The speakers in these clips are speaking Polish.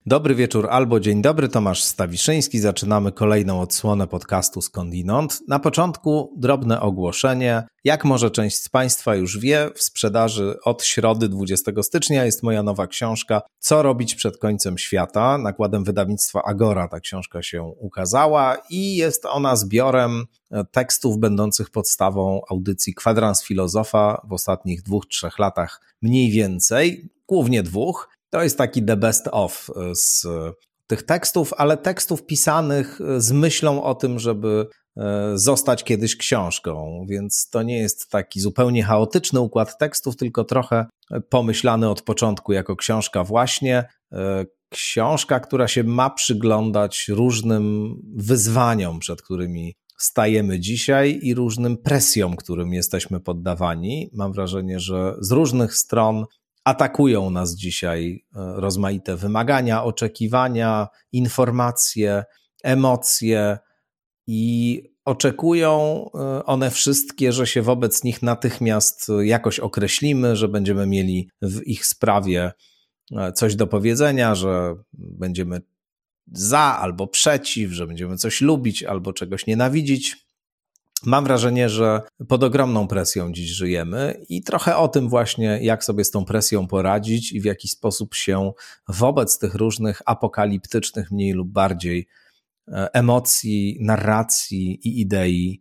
Dobry wieczór albo dzień dobry, Tomasz Stawiszyński. Zaczynamy kolejną odsłonę podcastu Skądinąd. Na początku drobne ogłoszenie. Jak może część z Państwa już wie, w sprzedaży od środy 20 stycznia jest moja nowa książka Co robić przed końcem świata. Nakładem wydawnictwa Agora ta książka się ukazała i jest ona zbiorem tekstów będących podstawą audycji Kwadrans Filozofa w ostatnich 2-3 latach mniej więcej, głównie 2. To jest taki the best of z tych tekstów, ale tekstów pisanych z myślą o tym, żeby zostać kiedyś książką, więc to nie jest taki zupełnie chaotyczny układ tekstów, tylko trochę pomyślany od początku jako książka właśnie. Książka, która się ma przyglądać różnym wyzwaniom, przed którymi stajemy dzisiaj i różnym presjom, którym jesteśmy poddawani. Mam wrażenie, że z różnych stron atakują nas dzisiaj rozmaite wymagania, oczekiwania, informacje, emocje i oczekują one wszystkie, że się wobec nich natychmiast jakoś określimy, że będziemy mieli w ich sprawie coś do powiedzenia, że będziemy za albo przeciw, że będziemy coś lubić albo czegoś nienawidzić. Mam wrażenie, że pod ogromną presją dziś żyjemy i trochę o tym właśnie, jak sobie z tą presją poradzić i w jaki sposób się wobec tych różnych apokaliptycznych, mniej lub bardziej emocji, narracji i idei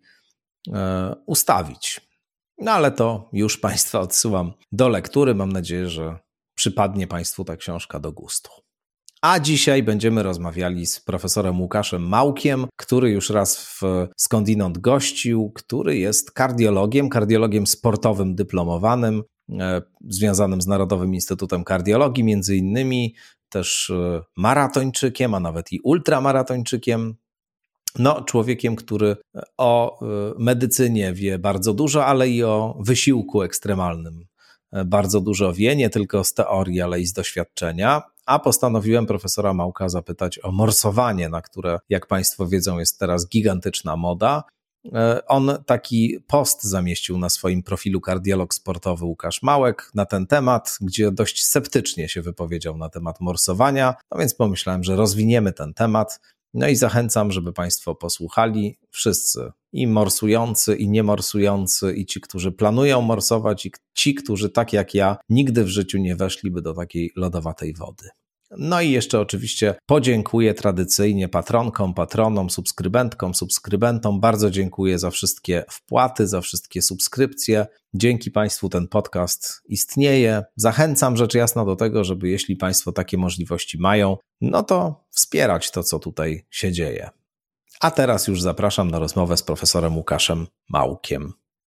ustawić. No ale to już Państwa odsyłam do lektury. Mam nadzieję, że przypadnie Państwu ta książka do gustu. A dzisiaj będziemy rozmawiali z profesorem Łukaszem Małkiem, który już raz w Skądinąd gościł, który jest kardiologiem sportowym dyplomowanym, związanym z Narodowym Instytutem Kardiologii między innymi, też maratończykiem, a nawet i ultramaratończykiem. No, człowiekiem, który o medycynie wie bardzo dużo, ale i o wysiłku ekstremalnym bardzo dużo wie, nie tylko z teorii, ale i z doświadczenia. A postanowiłem profesora Małka zapytać o morsowanie, na które, jak Państwo wiedzą, jest teraz gigantyczna moda. On taki post zamieścił na swoim profilu kardiolog sportowy Łukasz Małek na ten temat, gdzie dość sceptycznie się wypowiedział na temat morsowania, no więc pomyślałem, że rozwiniemy ten temat. No i zachęcam, żeby Państwo posłuchali, wszyscy, i morsujący, i niemorsujący, i ci, którzy planują morsować, i ci, którzy tak jak ja nigdy w życiu nie weszliby do takiej lodowatej wody. No i jeszcze oczywiście podziękuję tradycyjnie patronkom, patronom, subskrybentkom, subskrybentom. Bardzo dziękuję za wszystkie wpłaty, za wszystkie subskrypcje. Dzięki Państwu ten podcast istnieje. Zachęcam rzecz jasna do tego, żeby jeśli Państwo takie możliwości mają, no to wspierać to, co tutaj się dzieje. A teraz już zapraszam na rozmowę z profesorem Łukaszem Małkiem.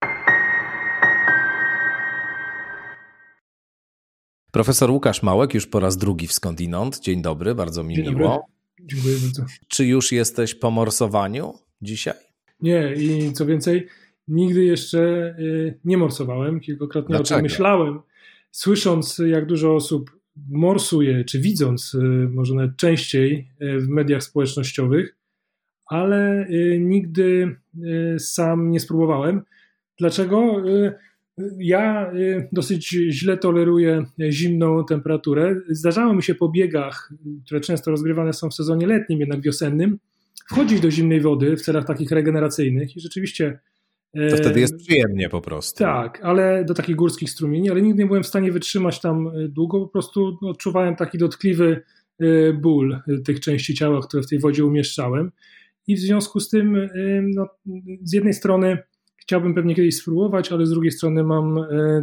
Profesor Łukasz Małek już po raz drugi w Skądinąd. Dzień dobry, bardzo mi miło. Dziękuję bardzo. Czy już jesteś po morsowaniu dzisiaj? Nie, i co więcej, nigdy jeszcze nie morsowałem. Kilkakrotnie o tym myślałem. Słysząc, jak dużo osób morsuje, czy widząc może nawet częściej w mediach społecznościowych, ale nigdy sam nie spróbowałem. Dlaczego? Ja dosyć źle toleruję zimną temperaturę. Zdarzało mi się po biegach, które często rozgrywane są w sezonie letnim, jednak wiosennym, wchodzić do zimnej wody w celach takich regeneracyjnych i rzeczywiście... To wtedy jest przyjemnie po prostu. Tak, ale do takich górskich strumieni, ale nigdy nie byłem w stanie wytrzymać tam długo, po prostu odczuwałem taki dotkliwy ból tych części ciała, które w tej wodzie umieszczałem i w związku z tym no, z jednej strony chciałbym pewnie kiedyś spróbować, ale z drugiej strony mam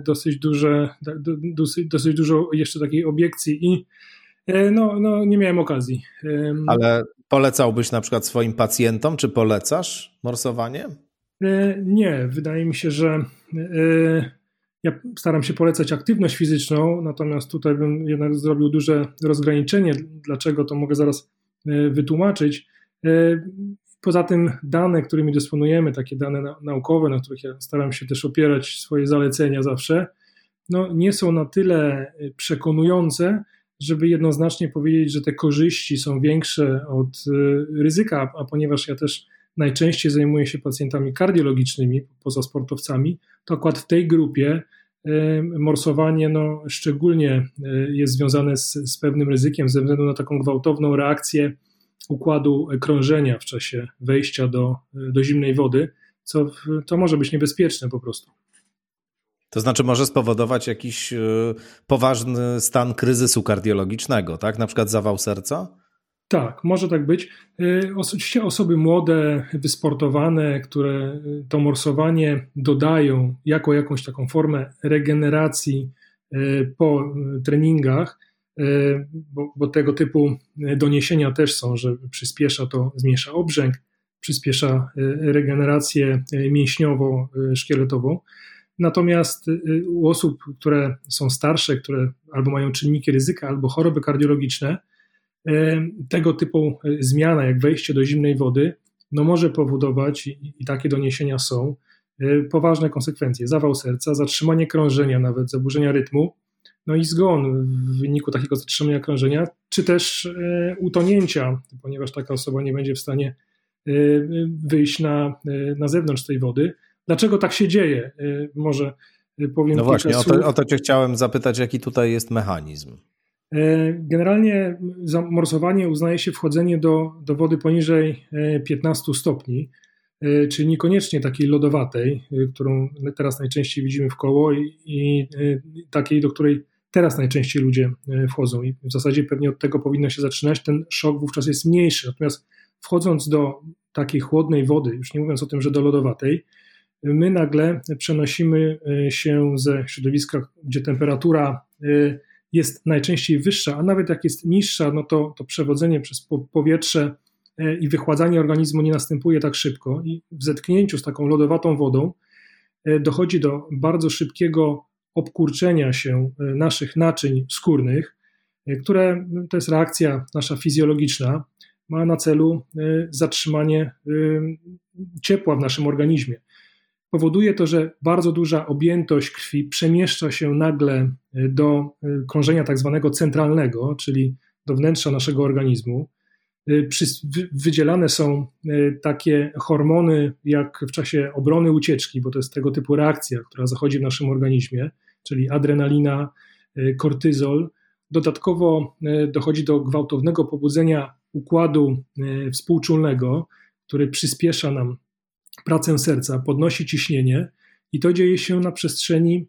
dosyć dużo jeszcze takiej obiekcji i no, nie miałem okazji. Ale polecałbyś na przykład swoim pacjentom, czy polecasz morsowanie? Nie, wydaje mi się, że ja staram się polecać aktywność fizyczną, natomiast tutaj bym jednak zrobił duże rozgraniczenie. Dlaczego, to mogę zaraz wytłumaczyć. Poza tym dane, którymi dysponujemy, takie dane naukowe, na których ja staram się też opierać swoje zalecenia zawsze, no nie są na tyle przekonujące, żeby jednoznacznie powiedzieć, że te korzyści są większe od ryzyka, a ponieważ ja też najczęściej zajmuję się pacjentami kardiologicznymi, poza sportowcami, to akurat w tej grupie morsowanie szczególnie jest związane z pewnym ryzykiem ze względu na taką gwałtowną reakcję układu krążenia w czasie wejścia do zimnej wody, to może być niebezpieczne po prostu. To znaczy może spowodować jakiś poważny stan kryzysu kardiologicznego, tak? Na przykład zawał serca? Tak, może tak być. Oczywiście osoby młode, wysportowane, które to morsowanie dodają jako jakąś taką formę regeneracji po treningach, bo tego typu doniesienia też są, że przyspiesza to, zmniejsza obrzęk, przyspiesza regenerację mięśniowo-szkieletową. Natomiast u osób, które są starsze, które albo mają czynniki ryzyka, albo choroby kardiologiczne, tego typu zmiana, jak wejście do zimnej wody, może powodować, i takie doniesienia są, poważne konsekwencje. Zawał serca, zatrzymanie krążenia, nawet zaburzenia rytmu, i zgon w wyniku takiego zatrzymania krążenia, czy też utonięcia, ponieważ taka osoba nie będzie w stanie wyjść na zewnątrz tej wody. Dlaczego tak się dzieje? Może powiem No właśnie, kilka słów. O to cię chciałem zapytać, jaki tutaj jest mechanizm. Generalnie za morsowanie uznaje się wchodzenie do wody poniżej 15 stopni, czyli niekoniecznie takiej lodowatej, którą teraz najczęściej widzimy w koło i takiej, do której teraz najczęściej ludzie wchodzą. I w zasadzie pewnie od tego powinno się zaczynać. Ten szok wówczas jest mniejszy. Natomiast wchodząc do takiej chłodnej wody, już nie mówiąc o tym, że do lodowatej, my nagle przenosimy się ze środowiska, gdzie temperatura jest najczęściej wyższa, a nawet jak jest niższa, to przewodzenie przez powietrze i wychładzanie organizmu nie następuje tak szybko i w zetknięciu z taką lodowatą wodą dochodzi do bardzo szybkiego obkurczenia się naszych naczyń skórnych, które to jest reakcja nasza fizjologiczna, ma na celu zatrzymanie ciepła w naszym organizmie. Powoduje to, że bardzo duża objętość krwi przemieszcza się nagle do krążenia tak zwanego centralnego, czyli do wnętrza naszego organizmu. Wydzielane są takie hormony jak w czasie obrony ucieczki, bo to jest tego typu reakcja, która zachodzi w naszym organizmie, czyli adrenalina, kortyzol. Dodatkowo dochodzi do gwałtownego pobudzenia układu współczulnego, który przyspiesza nam pracę serca, podnosi ciśnienie i to dzieje się na przestrzeni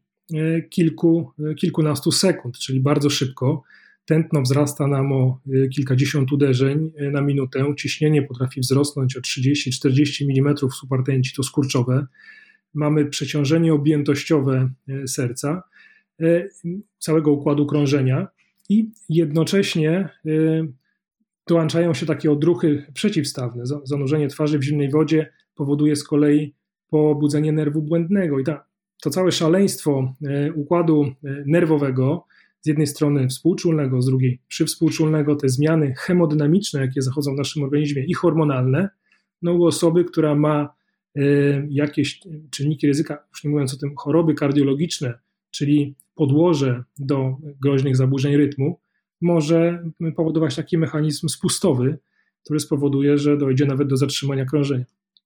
kilkunastu sekund, czyli bardzo szybko. Tętno wzrasta nam o kilkadziesiąt uderzeń na minutę, ciśnienie potrafi wzrosnąć o 30-40 mm supertęci, to skurczowe. Mamy przeciążenie objętościowe serca, całego układu krążenia i jednocześnie dołączają się takie odruchy przeciwstawne. Zanurzenie twarzy w zimnej wodzie powoduje z kolei pobudzenie nerwu błędnego i to całe szaleństwo układu nerwowego, z jednej strony współczulnego, z drugiej przywspółczulnego, te zmiany hemodynamiczne, jakie zachodzą w naszym organizmie i hormonalne, u osoby, która ma jakieś czynniki ryzyka, już nie mówiąc o tym, choroby kardiologiczne, czyli podłoże do groźnych zaburzeń rytmu, może powodować taki mechanizm spustowy, który spowoduje, że dojdzie nawet do zatrzymania krążenia.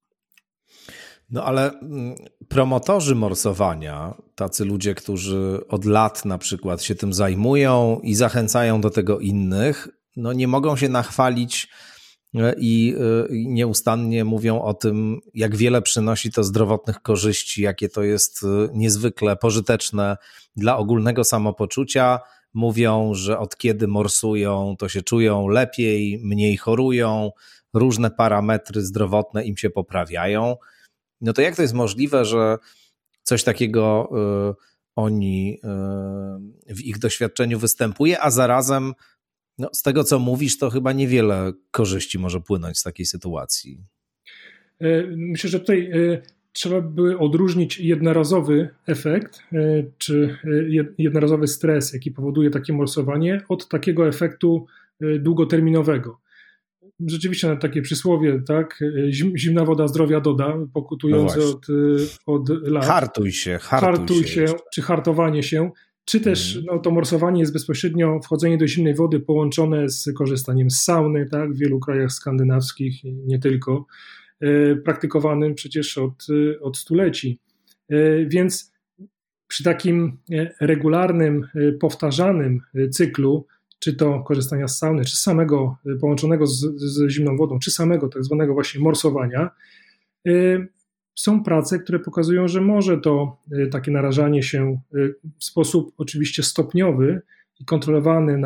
No ale promotorzy morsowania, tacy ludzie, którzy od lat na przykład się tym zajmują i zachęcają do tego innych, nie mogą się nachwalić i nieustannie mówią o tym, jak wiele przynosi to zdrowotnych korzyści, jakie to jest niezwykle pożyteczne dla ogólnego samopoczucia. Mówią, że od kiedy morsują, to się czują lepiej, mniej chorują, różne parametry zdrowotne im się poprawiają. No to jak to jest możliwe, że coś takiego oni w ich doświadczeniu występuje, a zarazem z tego, co mówisz, to chyba niewiele korzyści może płynąć z takiej sytuacji? Myślę, że tutaj trzeba by odróżnić jednorazowy efekt, czy jednorazowy stres, jaki powoduje takie morsowanie, od takiego efektu długoterminowego. Rzeczywiście nawet takie przysłowie, tak? Zimna woda zdrowia doda, pokutujące od lat. Hartuj się. Czy hartowanie się, czy też to morsowanie jest bezpośrednio wchodzenie do zimnej wody połączone z korzystaniem z sauny, tak? W wielu krajach skandynawskich, nie tylko, praktykowanym przecież od stuleci. Więc Przy takim regularnym, powtarzanym cyklu, czy to korzystania z sauny, czy samego połączonego z zimną wodą, czy samego tak zwanego właśnie morsowania, są prace, które pokazują, że może to takie narażanie się w sposób oczywiście stopniowy i kontrolowany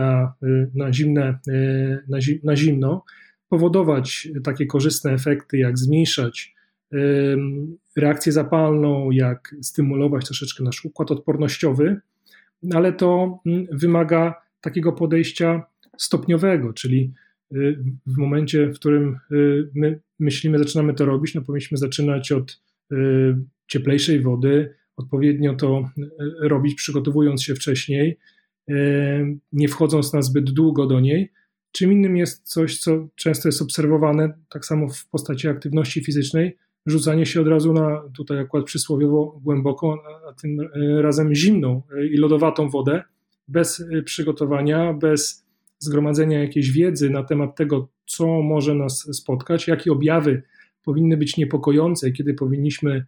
na zimno powodować takie korzystne efekty, jak zmniejszać reakcję zapalną, jak stymulować troszeczkę nasz układ odpornościowy, ale to wymaga takiego podejścia stopniowego, czyli w momencie, w którym my myślimy, zaczynamy to robić, no powinniśmy zaczynać od cieplejszej wody, odpowiednio to robić, przygotowując się wcześniej, nie wchodząc na zbyt długo do niej. Czym innym jest coś, co często jest obserwowane, tak samo w postaci aktywności fizycznej, rzucanie się od razu na, tutaj akurat przysłowiowo głęboką, a tym razem zimną i lodowatą wodę, bez przygotowania, bez zgromadzenia jakiejś wiedzy na temat tego, co może nas spotkać, jakie objawy powinny być niepokojące, kiedy powinniśmy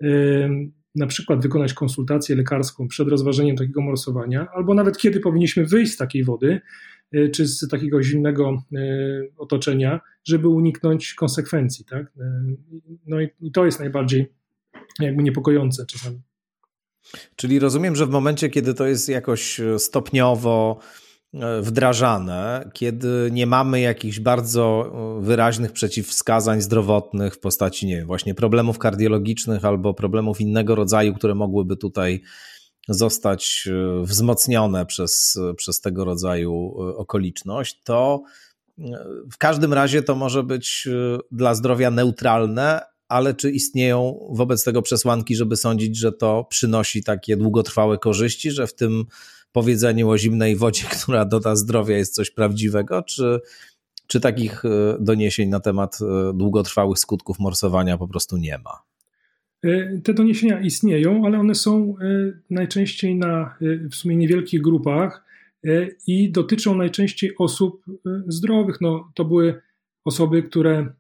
na przykład wykonać konsultację lekarską przed rozważeniem takiego morsowania, albo nawet kiedy powinniśmy wyjść z takiej wody, czy z takiego zimnego otoczenia, żeby uniknąć konsekwencji. Tak? No i to jest najbardziej jakby niepokojące czasami. Czyli rozumiem, że w momencie, kiedy to jest jakoś stopniowo wdrażane, kiedy nie mamy jakichś bardzo wyraźnych przeciwwskazań zdrowotnych w postaci, nie wiem, właśnie problemów kardiologicznych albo problemów innego rodzaju, które mogłyby tutaj zostać wzmocnione przez tego rodzaju okoliczność, to w każdym razie to może być dla zdrowia neutralne, ale czy istnieją wobec tego przesłanki, żeby sądzić, że to przynosi takie długotrwałe korzyści, że w tym powiedzeniu o zimnej wodzie, która doda zdrowia, jest coś prawdziwego, czy takich doniesień na temat długotrwałych skutków morsowania po prostu nie ma? Te doniesienia istnieją, ale one są najczęściej na w sumie niewielkich grupach i dotyczą najczęściej osób zdrowych. No, to były osoby, które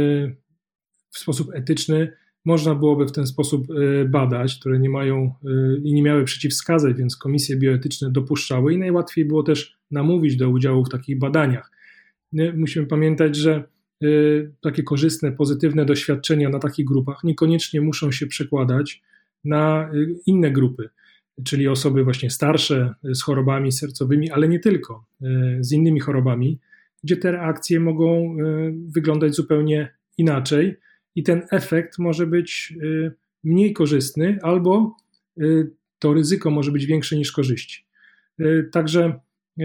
w sposób etyczny można byłoby w ten sposób badać, które nie mają i nie miały przeciwwskazań, więc komisje bioetyczne dopuszczały i najłatwiej było też namówić do udziału w takich badaniach. Musimy pamiętać, że takie korzystne, pozytywne doświadczenia na takich grupach niekoniecznie muszą się przekładać na inne grupy, czyli osoby właśnie starsze z chorobami sercowymi, ale nie tylko, z innymi chorobami, gdzie te reakcje mogą wyglądać zupełnie inaczej i ten efekt może być mniej korzystny albo to ryzyko może być większe niż korzyści. Także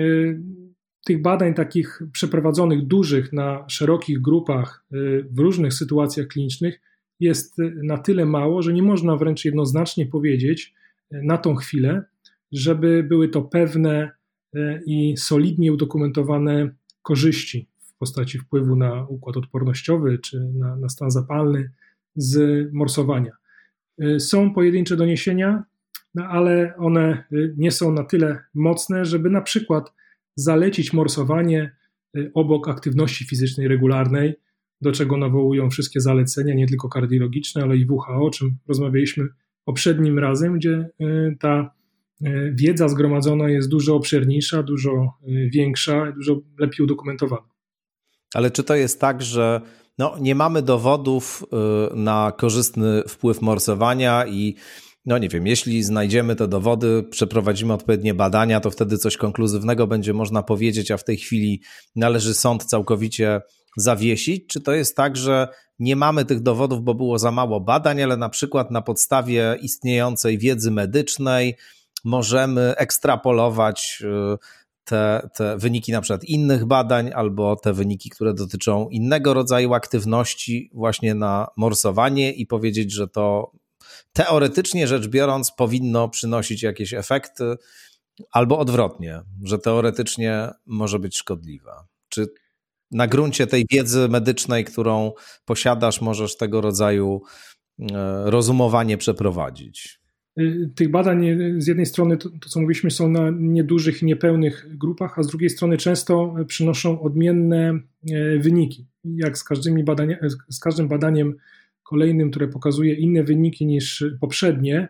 tych badań takich przeprowadzonych dużych na szerokich grupach w różnych sytuacjach klinicznych jest na tyle mało, że nie można wręcz jednoznacznie powiedzieć na tą chwilę, żeby były to pewne i solidnie udokumentowane korzyści w postaci wpływu na układ odpornościowy czy na stan zapalny z morsowania. Są pojedyncze doniesienia, no ale one nie są na tyle mocne, żeby na przykład zalecić morsowanie obok aktywności fizycznej regularnej, do czego nawołują wszystkie zalecenia, nie tylko kardiologiczne, ale i WHO, o czym rozmawialiśmy poprzednim razem, gdzie ta wiedza zgromadzona jest dużo obszerniejsza, dużo większa, dużo lepiej udokumentowana. Ale czy to jest tak, że nie mamy dowodów na korzystny wpływ morsowania i nie wiem, jeśli znajdziemy te dowody, przeprowadzimy odpowiednie badania, to wtedy coś konkluzywnego będzie można powiedzieć, a w tej chwili należy sąd całkowicie zawiesić? Czy to jest tak, że nie mamy tych dowodów, bo było za mało badań, ale na przykład na podstawie istniejącej wiedzy medycznej możemy ekstrapolować te wyniki na przykład innych badań albo te wyniki, które dotyczą innego rodzaju aktywności właśnie na morsowanie i powiedzieć, że to teoretycznie rzecz biorąc powinno przynosić jakieś efekty, albo odwrotnie, że teoretycznie może być szkodliwe. Czy na gruncie tej wiedzy medycznej, którą posiadasz, możesz tego rodzaju rozumowanie przeprowadzić? Tych badań z jednej strony, to co mówiliśmy, są na niedużych i niepełnych grupach, a z drugiej strony często przynoszą odmienne wyniki. Jak z każdym badaniem kolejnym, które pokazuje inne wyniki niż poprzednie,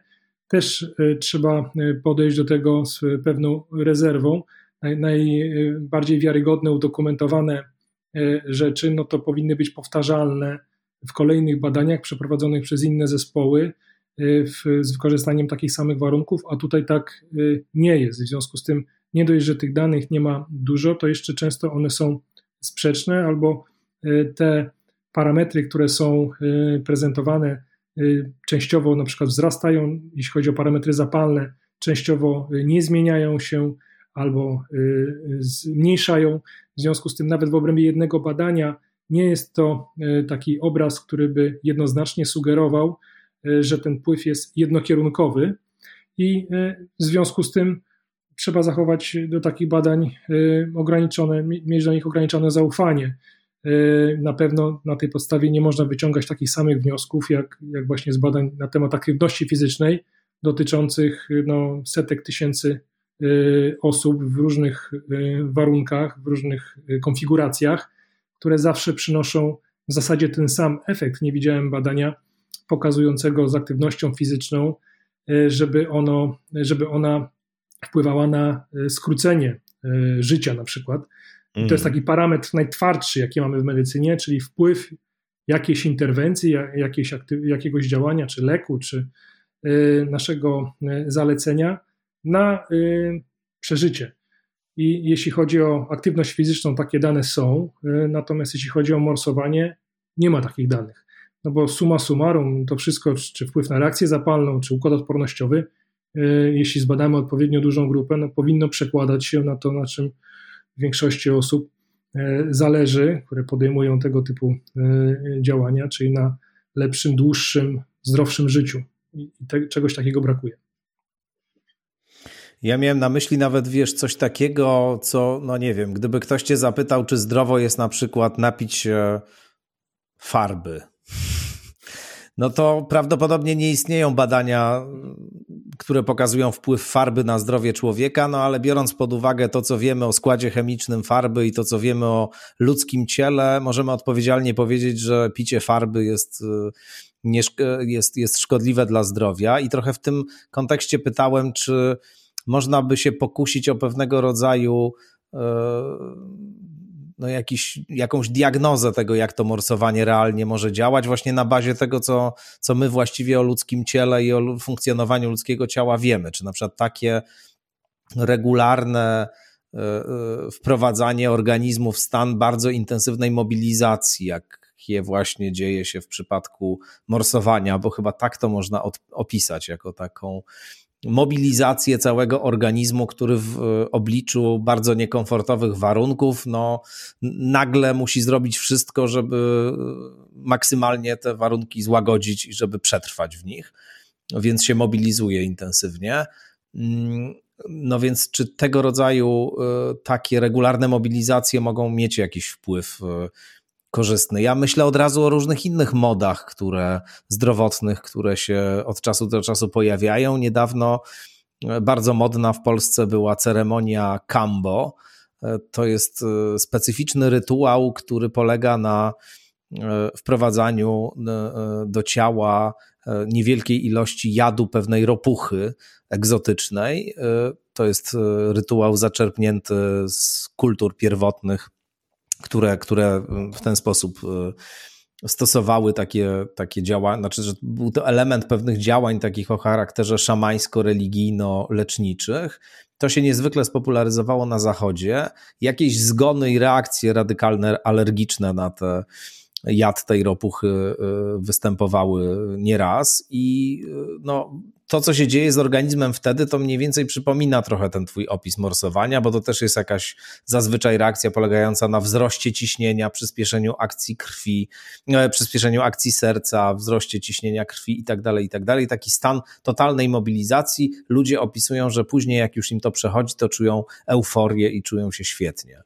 też trzeba podejść do tego z pewną rezerwą. Najbardziej wiarygodne, udokumentowane rzeczy, no to powinny być powtarzalne w kolejnych badaniach przeprowadzonych przez inne zespoły z wykorzystaniem takich samych warunków, a tutaj tak nie jest. W związku z tym nie dość, że tych danych nie ma dużo, to jeszcze często one są sprzeczne albo te parametry, które są prezentowane, częściowo na przykład wzrastają, jeśli chodzi o parametry zapalne, częściowo nie zmieniają się albo zmniejszają. W związku z tym nawet w obrębie jednego badania nie jest to taki obraz, który by jednoznacznie sugerował, że ten wpływ jest jednokierunkowy i w związku z tym trzeba zachować do takich badań mieć do nich ograniczone zaufanie. Na pewno na tej podstawie nie można wyciągać takich samych wniosków, jak właśnie z badań na temat aktywności fizycznej dotyczących setek tysięcy osób w różnych warunkach, w różnych konfiguracjach, które zawsze przynoszą w zasadzie ten sam efekt. Nie widziałem badania pokazującego z aktywnością fizyczną, żeby ona wpływała na skrócenie życia na przykład. I to jest taki parametr najtwardszy, jaki mamy w medycynie, czyli wpływ jakiejś interwencji, jakiegoś działania, czy leku, czy naszego zalecenia na przeżycie. I jeśli chodzi o aktywność fizyczną, takie dane są, natomiast jeśli chodzi o morsowanie, nie ma takich danych. No bo summa summarum, to wszystko, czy wpływ na reakcję zapalną, czy układ odpornościowy, jeśli zbadamy odpowiednio dużą grupę, no powinno przekładać się na to, na czym większości osób zależy, które podejmują tego typu działania, czyli na lepszym, dłuższym, zdrowszym życiu. I czegoś takiego brakuje. Ja miałem na myśli nawet, coś takiego, co, nie wiem, gdyby ktoś cię zapytał, czy zdrowo jest na przykład napić się farby, no to prawdopodobnie nie istnieją badania, które pokazują wpływ farby na zdrowie człowieka, ale biorąc pod uwagę to, co wiemy o składzie chemicznym farby i to, co wiemy o ludzkim ciele, możemy odpowiedzialnie powiedzieć, że picie farby jest szkodliwe dla zdrowia i trochę w tym kontekście pytałem, czy można by się pokusić o pewnego rodzaju jakąś diagnozę tego, jak to morsowanie realnie może działać, właśnie na bazie tego, co my właściwie o ludzkim ciele i o funkcjonowaniu ludzkiego ciała wiemy. Czy na przykład takie regularne wprowadzanie organizmu w stan bardzo intensywnej mobilizacji, jakie właśnie dzieje się w przypadku morsowania, bo chyba tak to można opisać, jako taką mobilizację całego organizmu, który w obliczu bardzo niekomfortowych warunków nagle musi zrobić wszystko, żeby maksymalnie te warunki złagodzić i żeby przetrwać w nich, więc się mobilizuje intensywnie. No więc czy tego rodzaju takie regularne mobilizacje mogą mieć jakiś wpływ korzystny? Ja myślę od razu o różnych innych modach zdrowotnych, które się od czasu do czasu pojawiają. Niedawno bardzo modna w Polsce była ceremonia Kambo. To jest specyficzny rytuał, który polega na wprowadzaniu do ciała niewielkiej ilości jadu pewnej ropuchy egzotycznej. To jest rytuał zaczerpnięty z kultur pierwotnych, które w ten sposób stosowały takie działania, znaczy, że był to element pewnych działań takich o charakterze szamańsko-religijno-leczniczych. To się niezwykle spopularyzowało na Zachodzie. Jakieś zgony i reakcje radykalne, alergiczne na jad tej ropuchy występowały nieraz i to, co się dzieje z organizmem wtedy, to mniej więcej przypomina trochę ten twój opis morsowania, bo to też jest jakaś zazwyczaj reakcja polegająca na wzroście ciśnienia, przyspieszeniu akcji krwi, przyspieszeniu akcji serca, wzroście ciśnienia krwi i tak dalej. Taki stan totalnej mobilizacji. Ludzie opisują, że później jak już im to przechodzi, to czują euforię i czują się świetnie.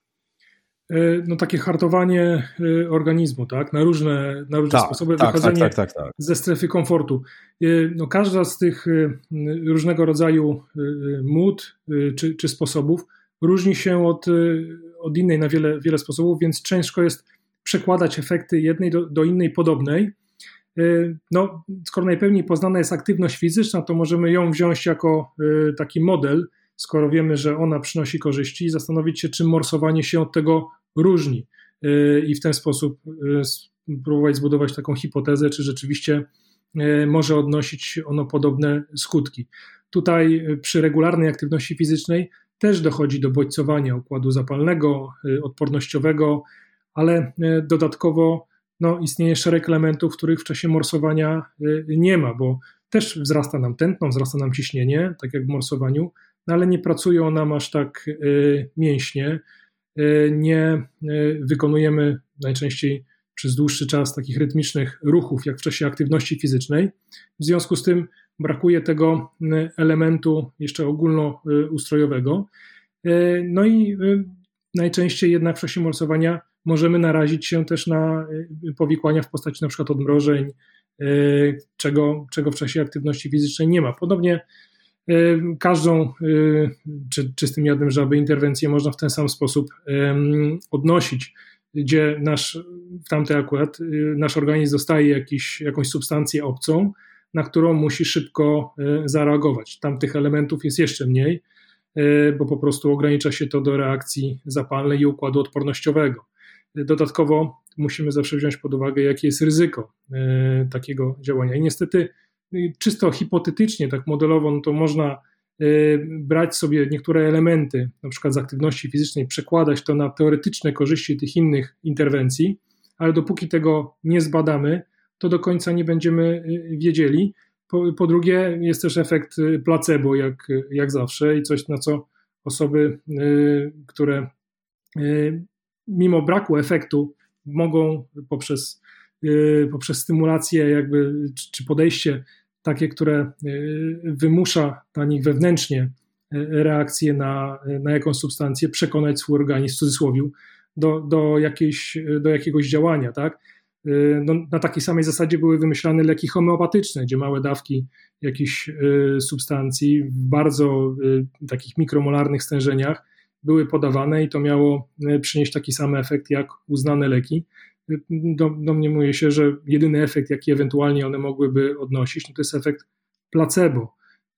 Takie hartowanie organizmu, tak? Na różne sposoby, wychodzenie ze strefy komfortu. Każda z tych różnego rodzaju mód czy sposobów różni się od innej na wiele sposobów, więc ciężko jest przekładać efekty jednej do innej podobnej. no, skoro najpełniej poznana jest aktywność fizyczna, to możemy ją wziąć jako taki model, skoro wiemy, że ona przynosi korzyści, i zastanowić się, czym morsowanie się od tego różni i w ten sposób próbować zbudować taką hipotezę, czy rzeczywiście może odnosić ono podobne skutki. Tutaj przy regularnej aktywności fizycznej też dochodzi do bodźcowania układu zapalnego, odpornościowego, ale dodatkowo istnieje szereg elementów, których w czasie morsowania nie ma, bo też wzrasta nam tętno, wzrasta nam ciśnienie, tak jak w morsowaniu, ale nie pracują nam aż tak mięśnie, nie wykonujemy najczęściej przez dłuższy czas takich rytmicznych ruchów, jak w czasie aktywności fizycznej. W związku z tym brakuje tego elementu jeszcze ogólnoustrojowego. No i najczęściej jednak w czasie morsowania możemy narazić się też na powikłania w postaci na przykład odmrożeń, czego w czasie aktywności fizycznej nie ma. Podobnie każdą czystym jadem żaby interwencję można w ten sam sposób odnosić, gdzie w tamtej akurat nasz organizm dostaje jakąś substancję obcą, na którą musi szybko zareagować. Tam tych elementów jest jeszcze mniej, bo po prostu ogranicza się to do reakcji zapalnej i układu odpornościowego. Dodatkowo musimy zawsze wziąć pod uwagę, jakie jest ryzyko takiego działania. I niestety czysto hipotetycznie, tak modelowo, to można brać sobie niektóre elementy, na przykład z aktywności fizycznej, przekładać to na teoretyczne korzyści tych innych interwencji, ale dopóki tego nie zbadamy, to do końca nie będziemy wiedzieli. Po drugie, jest też efekt placebo, jak zawsze, i coś, na co osoby, które mimo braku efektu mogą poprzez stymulację czy podejście takie, które wymusza na nich wewnętrznie reakcję na jakąś substancję, przekonać swój organizm, w cudzysłowie, do jakiegoś działania, tak? Na takiej samej zasadzie były wymyślane leki homeopatyczne, gdzie małe dawki jakichś substancji w bardzo takich mikromolarnych stężeniach były podawane i to miało przynieść taki sam efekt jak uznane leki. Domniemuje się, że jedyny efekt, jaki ewentualnie one mogłyby odnosić, to jest efekt placebo,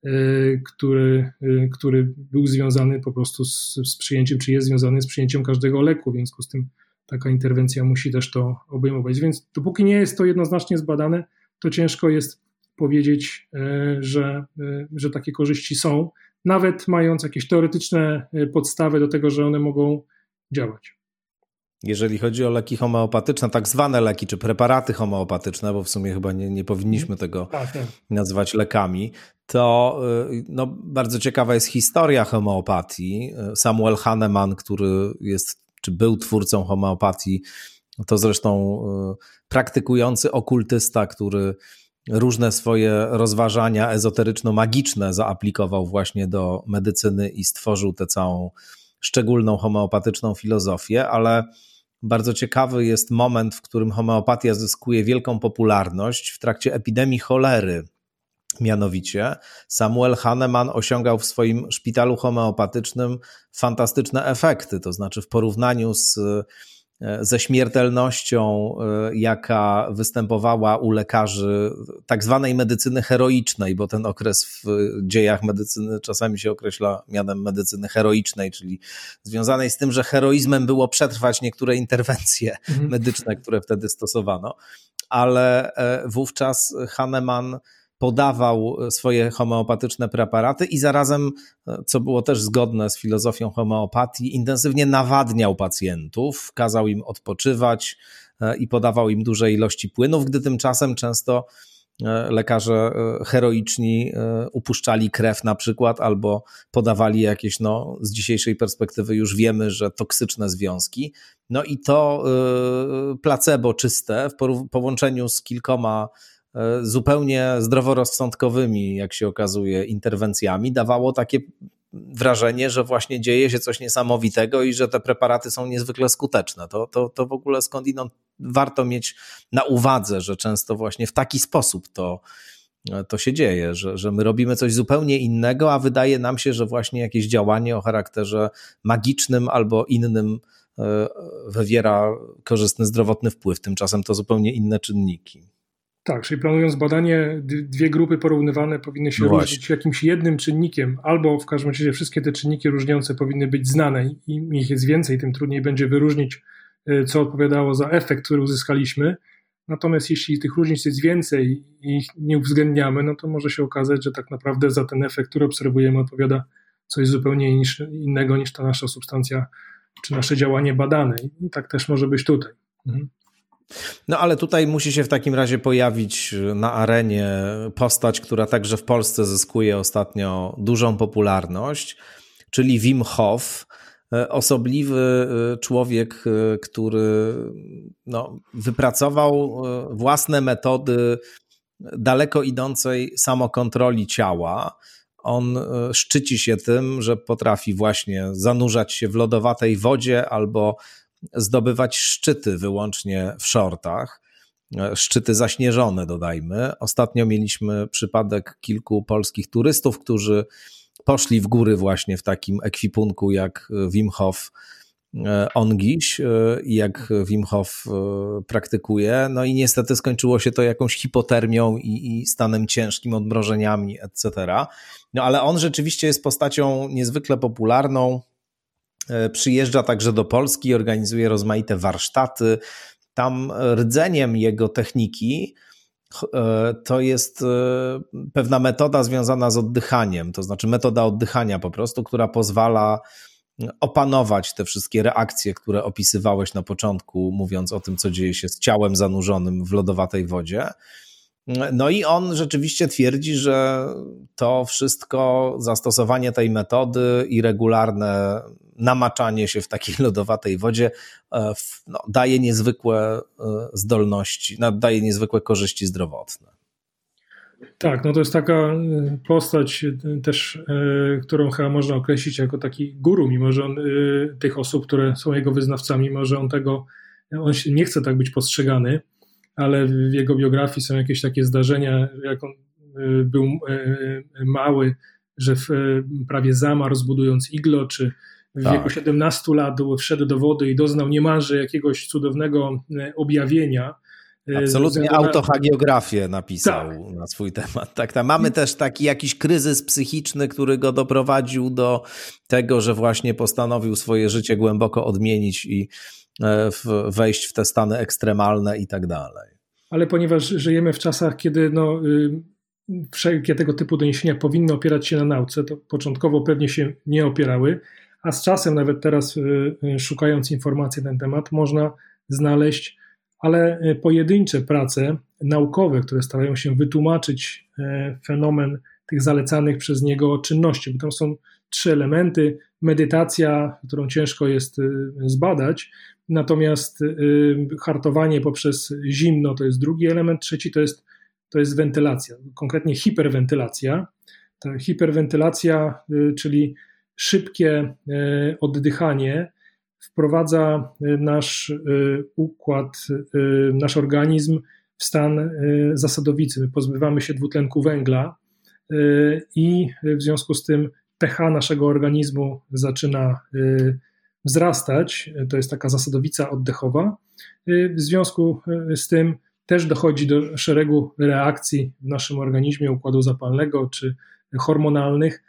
który był związany po prostu z przyjęciem, czy jest związany z przyjęciem każdego leku, w związku z tym taka interwencja musi też to obejmować. Więc dopóki nie jest to jednoznacznie zbadane, to ciężko jest powiedzieć, że takie korzyści są, nawet mając jakieś teoretyczne podstawy do tego, że one mogą działać. Jeżeli chodzi o leki homeopatyczne, tak zwane leki czy preparaty homeopatyczne, bo w sumie chyba nie powinniśmy tego nazywać lekami, to bardzo ciekawa jest historia homeopatii. Samuel Hahnemann, który był twórcą homeopatii, to zresztą praktykujący okultysta, który różne swoje rozważania ezoteryczno-magiczne zaaplikował właśnie do medycyny i stworzył tę całą szczególną homeopatyczną filozofię, ale bardzo ciekawy jest moment, w którym homeopatia zyskuje wielką popularność w trakcie epidemii cholery. Mianowicie Samuel Hahnemann osiągał w swoim szpitalu homeopatycznym fantastyczne efekty, to znaczy w porównaniu ze śmiertelnością, jaka występowała u lekarzy tak zwanej medycyny heroicznej, bo ten okres w dziejach medycyny czasami się określa mianem medycyny heroicznej, czyli związanej z tym, że heroizmem było przetrwać niektóre interwencje medyczne, które wtedy stosowano, ale wówczas Hahnemann podawał swoje homeopatyczne preparaty i zarazem, co było też zgodne z filozofią homeopatii, intensywnie nawadniał pacjentów, kazał im odpoczywać i podawał im duże ilości płynów, gdy tymczasem często lekarze heroiczni upuszczali krew na przykład albo podawali jakieś, z dzisiejszej perspektywy już wiemy, że toksyczne związki. No i to placebo czyste w połączeniu z kilkoma zupełnie zdroworozsądkowymi, jak się okazuje, interwencjami dawało takie wrażenie, że właśnie dzieje się coś niesamowitego i że te preparaty są niezwykle skuteczne. To w ogóle skądinąd warto mieć na uwadze, że często właśnie w taki sposób to się dzieje, że my robimy coś zupełnie innego, a wydaje nam się, że właśnie jakieś działanie o charakterze magicznym albo innym wywiera korzystny zdrowotny wpływ. Tymczasem to zupełnie inne czynniki. Tak, czyli planując badanie, dwie grupy porównywane powinny się różnić jakimś jednym czynnikiem, albo w każdym razie wszystkie te czynniki różniące powinny być znane i im ich jest więcej, tym trudniej będzie wyróżnić, co odpowiadało za efekt, który uzyskaliśmy. Natomiast jeśli tych różnic jest więcej i ich nie uwzględniamy, no to może się okazać, że tak naprawdę za ten efekt, który obserwujemy, odpowiada coś zupełnie innego niż ta nasza substancja czy nasze działanie badane. I tak też może być tutaj. No ale tutaj musi się w takim razie pojawić na arenie postać, która także w Polsce zyskuje ostatnio dużą popularność, czyli Wim Hof, osobliwy człowiek, który wypracował własne metody daleko idącej samokontroli ciała. On szczyci się tym, że potrafi właśnie zanurzać się w lodowatej wodzie albo zdobywać szczyty wyłącznie w shortach, szczyty zaśnieżone dodajmy. Ostatnio mieliśmy przypadek kilku polskich turystów, którzy poszli w góry właśnie w takim ekwipunku jak Wim Hof Ongiś i jak Wim Hof praktykuje. No i niestety skończyło się to jakąś hipotermią i stanem ciężkim, odmrożeniami, etc. No ale on rzeczywiście jest postacią niezwykle popularną. Przyjeżdża także do Polski i organizuje rozmaite warsztaty. Tam rdzeniem jego techniki to jest pewna metoda związana z oddychaniem, to znaczy metoda oddychania po prostu, która pozwala opanować te wszystkie reakcje, które opisywałeś na początku, mówiąc o tym, co dzieje się z ciałem zanurzonym w lodowatej wodzie. No i on rzeczywiście twierdzi, że to wszystko, zastosowanie tej metody i regularne namaczanie się w takiej lodowatej wodzie daje niezwykłe zdolności, daje niezwykłe korzyści zdrowotne. Tak, no to jest taka postać też, którą chyba można określić jako taki guru, mimo że on, tych osób, które są jego wyznawcami, mimo że on nie chce tak być postrzegany, ale w jego biografii są jakieś takie zdarzenia, jak on był mały, że prawie zamarł zbudując iglo, czy w wieku 17 lat wszedł do wody i doznał niemalże jakiegoś cudownego objawienia. Absolutnie autohagiografię napisał na swój temat. Tak, tam mamy też taki jakiś kryzys psychiczny, który go doprowadził do tego, że właśnie postanowił swoje życie głęboko odmienić i wejść w te stany ekstremalne i tak dalej. Ale ponieważ żyjemy w czasach, kiedy wszelkie tego typu doniesienia powinny opierać się na nauce, to początkowo pewnie się nie opierały, a z czasem nawet teraz szukając informacji na ten temat można znaleźć ale pojedyncze prace naukowe, które starają się wytłumaczyć fenomen tych zalecanych przez niego czynności, bo tam są 3 elementy. Medytacja, którą ciężko jest zbadać, natomiast hartowanie poprzez zimno to jest drugi element, trzeci to jest wentylacja, konkretnie hiperwentylacja. Ta hiperwentylacja, czyli szybkie oddychanie, wprowadza nasz układ, nasz organizm w stan zasadowicy. My pozbywamy się dwutlenku węgla i w związku z tym pH naszego organizmu zaczyna wzrastać. To jest taka zasadowica oddechowa. W związku z tym też dochodzi do szeregu reakcji w naszym organizmie układu zapalnego czy hormonalnych,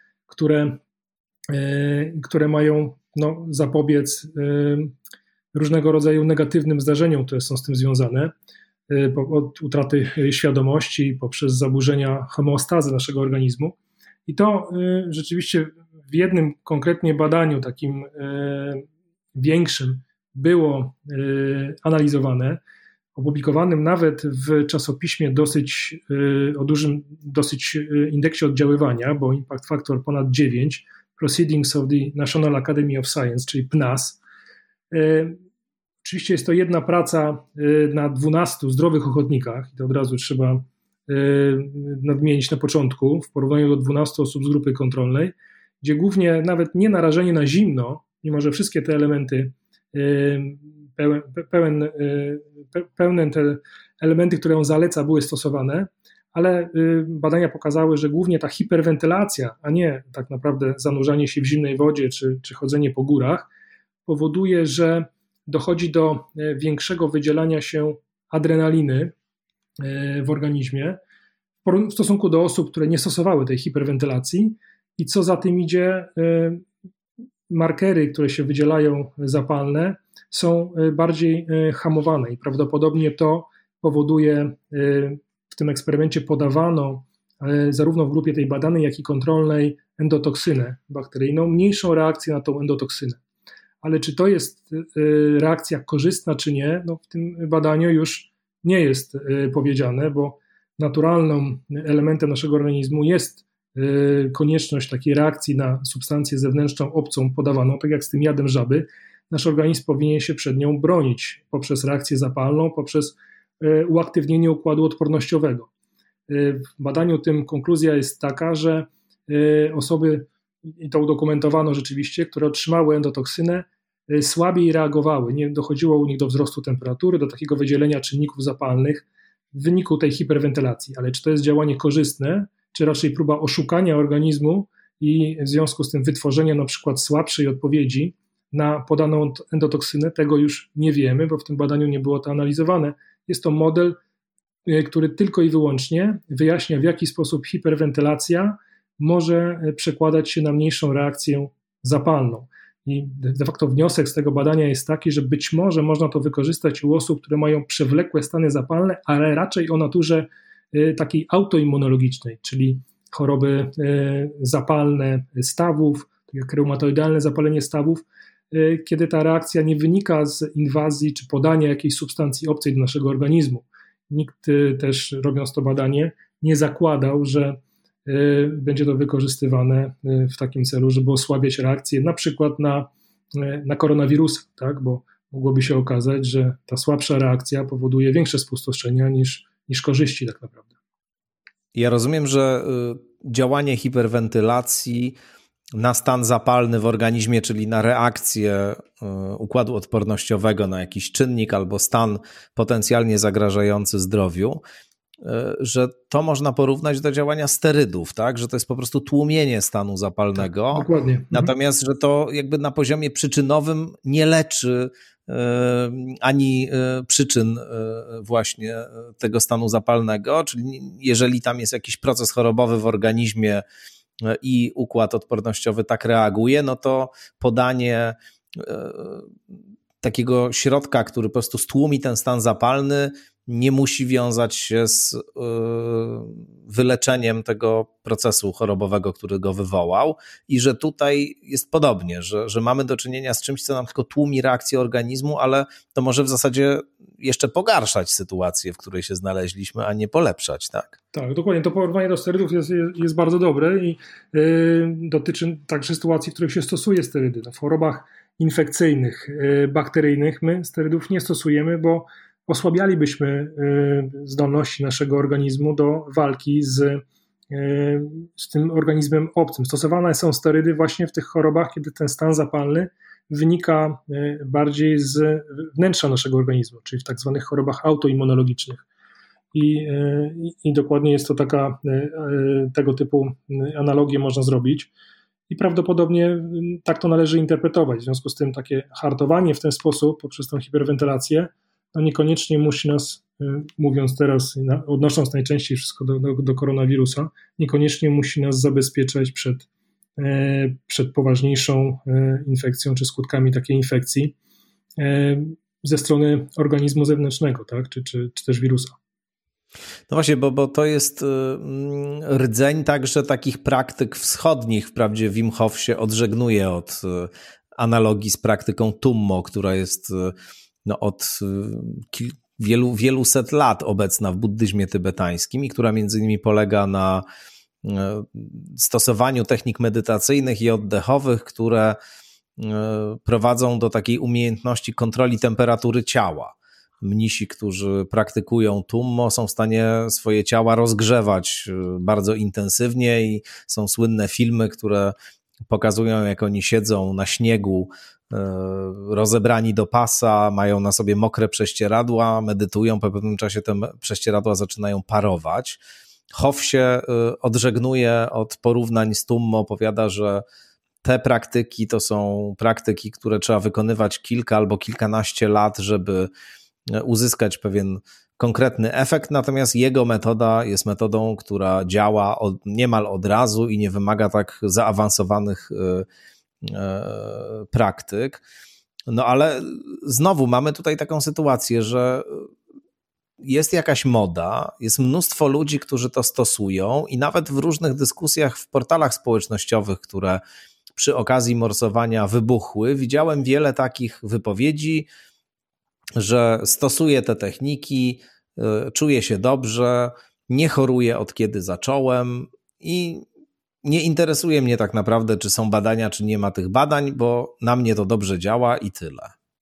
które mają zapobiec różnego rodzaju negatywnym zdarzeniom, które są z tym związane, od utraty świadomości poprzez zaburzenia homeostazy naszego organizmu. I to rzeczywiście w jednym konkretnie badaniu takim większym było analizowane, opublikowanym nawet w czasopiśmie o dużym dosyć indeksie oddziaływania, bo impact factor ponad 9, Proceedings of the National Academy of Science, czyli PNAS. Oczywiście jest to jedna praca na 12 zdrowych ochotnikach, i to od razu trzeba nadmienić na początku, w porównaniu do 12 osób z grupy kontrolnej, gdzie głównie nawet nie narażenie na zimno, mimo że wszystkie te elementy, pełne te elementy, które on zaleca, były stosowane, ale badania pokazały, że głównie ta hiperwentylacja, a nie tak naprawdę zanurzanie się w zimnej wodzie czy chodzenie po górach, powoduje, że dochodzi do większego wydzielania się adrenaliny, w organizmie w stosunku do osób, które nie stosowały tej hiperwentylacji i co za tym idzie, markery, które się wydzielają zapalne, są bardziej hamowane i prawdopodobnie to powoduje, w tym eksperymencie podawano zarówno w grupie tej badanej, jak i kontrolnej endotoksynę bakteryjną, mniejszą reakcję na tą endotoksynę. Ale czy to jest reakcja korzystna, czy nie, no w tym badaniu już nie jest powiedziane, bo naturalnym elementem naszego organizmu jest konieczność takiej reakcji na substancję zewnętrzną, obcą, podawaną, tak jak z tym jadem żaby. Nasz organizm powinien się przed nią bronić poprzez reakcję zapalną, poprzez uaktywnienie układu odpornościowego. W badaniu tym konkluzja jest taka, że osoby, i to udokumentowano rzeczywiście, które otrzymały endotoksynę, słabiej reagowały. Nie dochodziło u nich do wzrostu temperatury, do takiego wydzielenia czynników zapalnych w wyniku tej hiperwentylacji. Ale czy to jest działanie korzystne, czy raczej próba oszukania organizmu i w związku z tym wytworzenia na przykład słabszej odpowiedzi na podaną endotoksynę, tego już nie wiemy, bo w tym badaniu nie było to analizowane. Jest to model, który tylko i wyłącznie wyjaśnia, w jaki sposób hiperwentylacja może przekładać się na mniejszą reakcję zapalną. I de facto wniosek z tego badania jest taki, że być może można to wykorzystać u osób, które mają przewlekłe stany zapalne, ale raczej o naturze takiej autoimmunologicznej, czyli choroby zapalne stawów, tak jak reumatoidalne zapalenie stawów, kiedy ta reakcja nie wynika z inwazji czy podania jakiejś substancji obcej do naszego organizmu. Nikt też, robiąc to badanie, nie zakładał, że będzie to wykorzystywane w takim celu, żeby osłabiać reakcję na przykład na koronawirusa, tak? Bo mogłoby się okazać, że ta słabsza reakcja powoduje większe spustoszenia niż korzyści tak naprawdę. Ja rozumiem, że działanie hiperwentylacji na stan zapalny w organizmie, czyli na reakcję układu odpornościowego na jakiś czynnik albo stan potencjalnie zagrażający zdrowiu, że to można porównać do działania sterydów, tak? Że to jest po prostu tłumienie stanu zapalnego. Tak, dokładnie. Natomiast, że to jakby na poziomie przyczynowym nie leczy ani przyczyn właśnie tego stanu zapalnego, czyli jeżeli tam jest jakiś proces chorobowy w organizmie i układ odpornościowy tak reaguje, no to podanie takiego środka, który po prostu stłumi ten stan zapalny, nie musi wiązać się z wyleczeniem tego procesu chorobowego, który go wywołał i że tutaj jest podobnie, że mamy do czynienia z czymś, co nam tylko tłumi reakcję organizmu, ale to może w zasadzie jeszcze pogarszać sytuację, w której się znaleźliśmy, a nie polepszać, tak? Tak, dokładnie. To porównanie do sterydów jest bardzo dobre i dotyczy także sytuacji, w których się stosuje sterydy. W chorobach infekcyjnych, bakteryjnych my sterydów nie stosujemy, bo osłabialibyśmy zdolności naszego organizmu do walki z tym organizmem obcym. Stosowane są sterydy właśnie w tych chorobach, kiedy ten stan zapalny wynika bardziej z wnętrza naszego organizmu, czyli w tak zwanych chorobach autoimmunologicznych. I dokładnie jest to tego typu analogię można zrobić i prawdopodobnie tak to należy interpretować. W związku z tym takie hartowanie w ten sposób poprzez tę hiperwentylację to niekoniecznie musi nas, mówiąc teraz, odnosząc najczęściej wszystko do koronawirusa, niekoniecznie musi nas zabezpieczać przed poważniejszą infekcją czy skutkami takiej infekcji ze strony organizmu zewnętrznego, tak? czy też wirusa. No właśnie, bo to jest rdzeń także takich praktyk wschodnich. Wprawdzie Wim Hof się odżegnuje od analogii z praktyką Tummo, która jest od wielu set lat obecna w buddyzmie tybetańskim i która między innymi polega na stosowaniu technik medytacyjnych i oddechowych, które prowadzą do takiej umiejętności kontroli temperatury ciała. Mnisi, którzy praktykują Tummo, są w stanie swoje ciała rozgrzewać bardzo intensywnie i są słynne filmy, które pokazują, jak oni siedzą na śniegu, rozebrani do pasa, mają na sobie mokre prześcieradła, medytują, po pewnym czasie te prześcieradła zaczynają parować. Hof się odżegnuje od porównań z Tummo, powiada, że te praktyki to są praktyki, które trzeba wykonywać kilka albo kilkanaście lat, żeby uzyskać pewien konkretny efekt, natomiast jego metoda jest metodą, która działa niemal od razu i nie wymaga tak zaawansowanych praktyk. No ale znowu mamy tutaj taką sytuację, że jest jakaś moda, jest mnóstwo ludzi, którzy to stosują i nawet w różnych dyskusjach w portalach społecznościowych, które przy okazji morsowania wybuchły, widziałem wiele takich wypowiedzi, że stosuję te techniki, czuję się dobrze, nie choruję od kiedy zacząłem i nie interesuje mnie tak naprawdę, czy są badania, czy nie ma tych badań, bo na mnie to dobrze działa i tyle.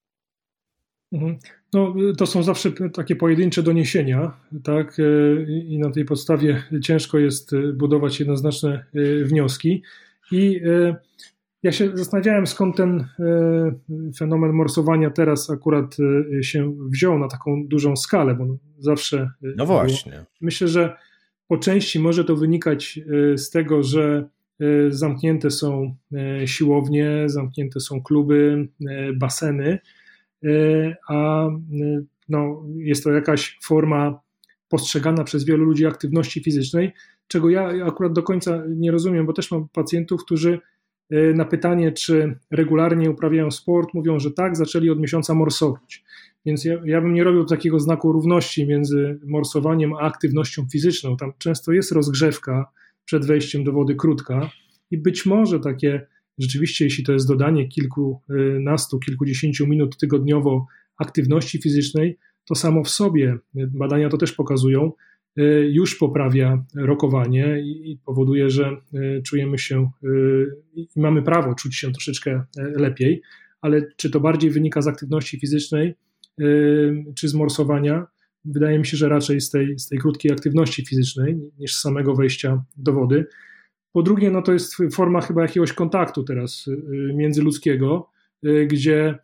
No, to są zawsze takie pojedyncze doniesienia, tak? I na tej podstawie ciężko jest budować jednoznaczne wnioski. I ja się zastanawiałem, skąd ten fenomen morsowania teraz akurat się wziął na taką dużą skalę, bo zawsze... No właśnie. Myślę, że po części może to wynikać z tego, że zamknięte są siłownie, zamknięte są kluby, baseny, a no, jest to jakaś forma postrzegana przez wielu ludzi aktywności fizycznej, czego ja akurat do końca nie rozumiem, bo też mam pacjentów, którzy na pytanie, czy regularnie uprawiają sport, mówią, że tak, zaczęli od miesiąca morsować. Więc ja bym nie robił takiego znaku równości między morsowaniem a aktywnością fizyczną. Tam często jest rozgrzewka przed wejściem do wody krótka i być może takie rzeczywiście, jeśli to jest dodanie kilkunastu, kilkudziesięciu minut tygodniowo aktywności fizycznej, to samo w sobie, badania to też pokazują, już poprawia rokowanie i powoduje, że czujemy się i mamy prawo czuć się troszeczkę lepiej, ale czy to bardziej wynika z aktywności fizycznej, czy z morsowania? Wydaje mi się, że raczej z tej krótkiej aktywności fizycznej niż z samego wejścia do wody. Po drugie, no to jest forma chyba jakiegoś kontaktu teraz międzyludzkiego, gdzie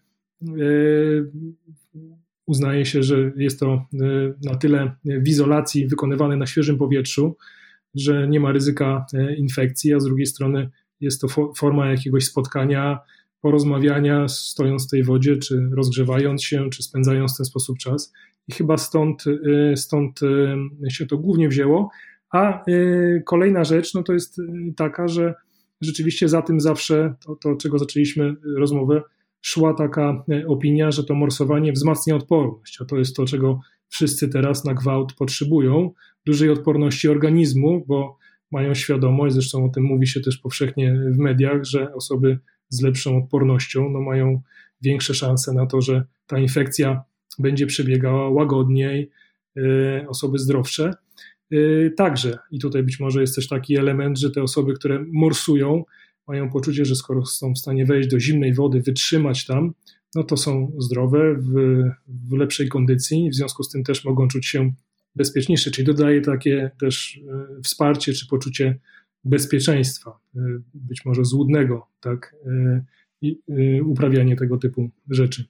uznaje się, że jest to na tyle w izolacji wykonywane na świeżym powietrzu, że nie ma ryzyka infekcji, a z drugiej strony jest to forma jakiegoś spotkania, porozmawiania, stojąc w tej wodzie, czy rozgrzewając się, czy spędzając w ten sposób czas. I chyba stąd się to głównie wzięło. A kolejna rzecz, no to jest taka, że rzeczywiście za tym zawsze, to czego zaczęliśmy rozmowę, szła taka opinia, że to morsowanie wzmacnia odporność, a to jest to, czego wszyscy teraz na gwałt potrzebują, dużej odporności organizmu, bo mają świadomość, zresztą o tym mówi się też powszechnie w mediach, że osoby z lepszą odpornością no mają większe szanse na to, że ta infekcja będzie przebiegała łagodniej, osoby zdrowsze. Także, i tutaj być może jest też taki element, że te osoby, które morsują, mają poczucie, że skoro są w stanie wejść do zimnej wody, wytrzymać tam, no to są zdrowe, w lepszej kondycji, w związku z tym też mogą czuć się bezpieczniejsze, czyli dodaje takie też wsparcie czy poczucie bezpieczeństwa, być może złudnego, tak, i uprawianie tego typu rzeczy.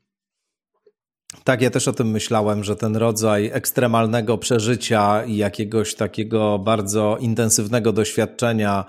Tak, ja też o tym myślałem, że ten rodzaj ekstremalnego przeżycia i jakiegoś takiego bardzo intensywnego doświadczenia